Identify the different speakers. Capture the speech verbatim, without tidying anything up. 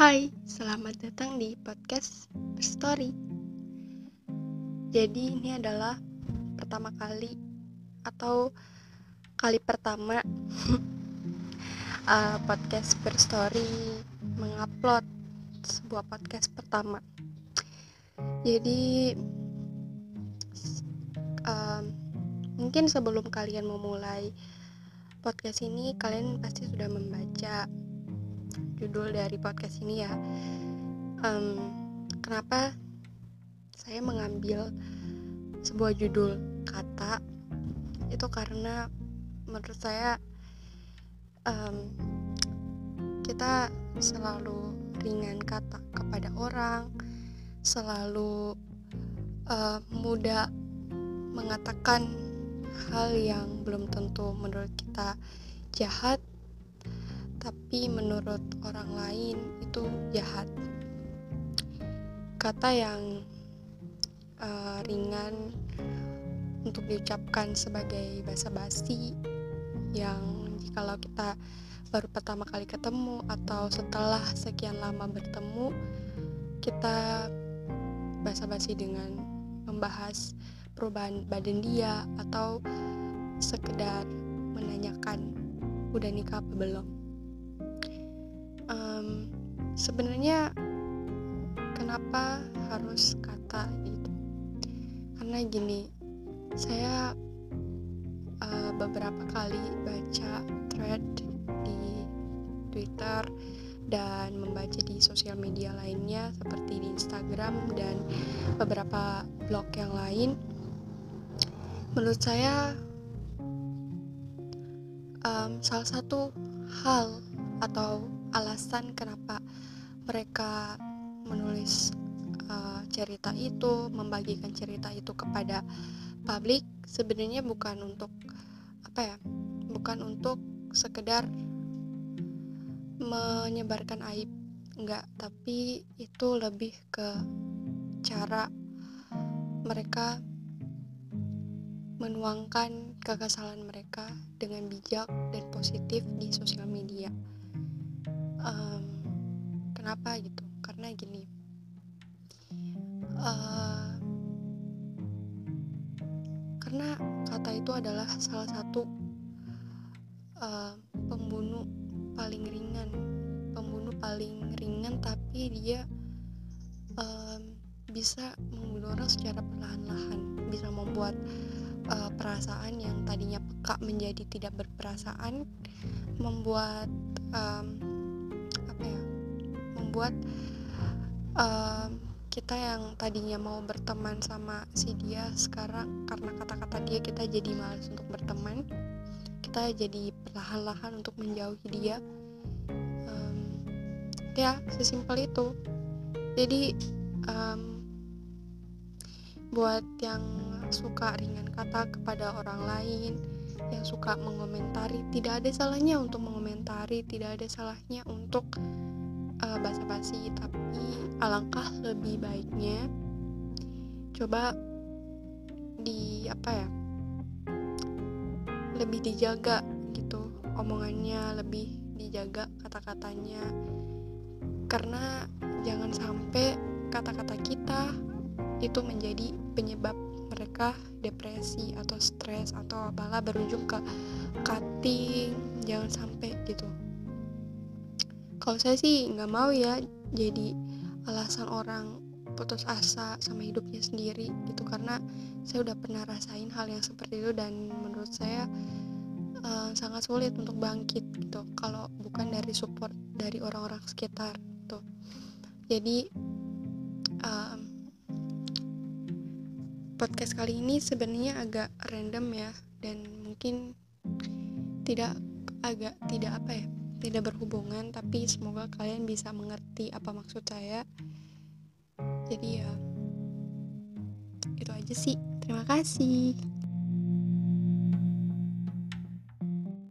Speaker 1: Hai, selamat datang di podcast Berstory. Jadi ini adalah pertama kali atau kali pertama uh, podcast Berstory mengupload sebuah podcast pertama. Jadi um, mungkin sebelum kalian memulai podcast ini, kalian pasti sudah membaca judul dari podcast ini ya. Um, kenapa saya mengambil sebuah judul kata itu karena menurut saya um, kita selalu ringan kata kepada orang, selalu uh, mudah mengatakan hal yang belum tentu menurut kita jahat, tapi menurut orang lain itu jahat. Kata yang uh, ringan untuk diucapkan sebagai basa-basi yang jikalau kita baru pertama kali ketemu atau setelah sekian lama bertemu, kita basa-basi dengan membahas perubahan badan dia atau sekedar menanyakan udah nikah apa belum. Um, sebenarnya kenapa harus kata itu? Karena gini, saya uh, beberapa kali baca thread di Twitter dan membaca di sosial media lainnya seperti di Instagram dan beberapa blog yang lain. Menurut saya um, salah satu hal atau alasan kenapa mereka menulis uh, cerita itu, membagikan cerita itu kepada publik sebenarnya bukan untuk apa ya, bukan untuk sekedar menyebarkan aib, enggak, tapi itu lebih ke cara mereka menuangkan kekesalan mereka dengan bijak dan positif di sosial media. Um, kenapa gitu? Karena gini, uh, karena kata itu adalah salah satu uh, pembunuh paling ringan, pembunuh paling ringan, tapi dia um, bisa membunuh orang secara perlahan-lahan, bisa membuat uh, perasaan yang tadinya peka menjadi tidak berperasaan, membuat um, apa ya, membuat um, kita yang tadinya mau berteman sama si dia sekarang karena kata-kata dia kita jadi malas untuk berteman, kita jadi perlahan-lahan untuk menjauhi dia. Um, ya sesimpel itu. Jadi um, buat yang suka ringan kata kepada orang lain, yang suka mengomentari, tidak ada salahnya untuk mengomentari, tidak ada salahnya untuk uh, basa-basi, tapi alangkah lebih baiknya coba di apa ya, lebih dijaga gitu omongannya, lebih dijaga kata-katanya, karena jangan sampai kata-kata kita itu menjadi penyebab mereka depresi atau stres atau malah berujung ke cutting. Jangan sampai gitu. Kalau saya sih nggak mau ya jadi alasan orang putus asa sama hidupnya sendiri gitu, karena saya udah pernah rasain hal yang seperti itu dan menurut saya uh, sangat sulit untuk bangkit gitu kalau bukan dari support dari orang-orang sekitar gitu. Jadi um, podcast kali ini sebenarnya agak random ya, dan mungkin tidak agak tidak apa ya, tidak berhubungan, tapi semoga kalian bisa mengerti apa maksud saya. Jadi ya itu aja sih. Terima kasih.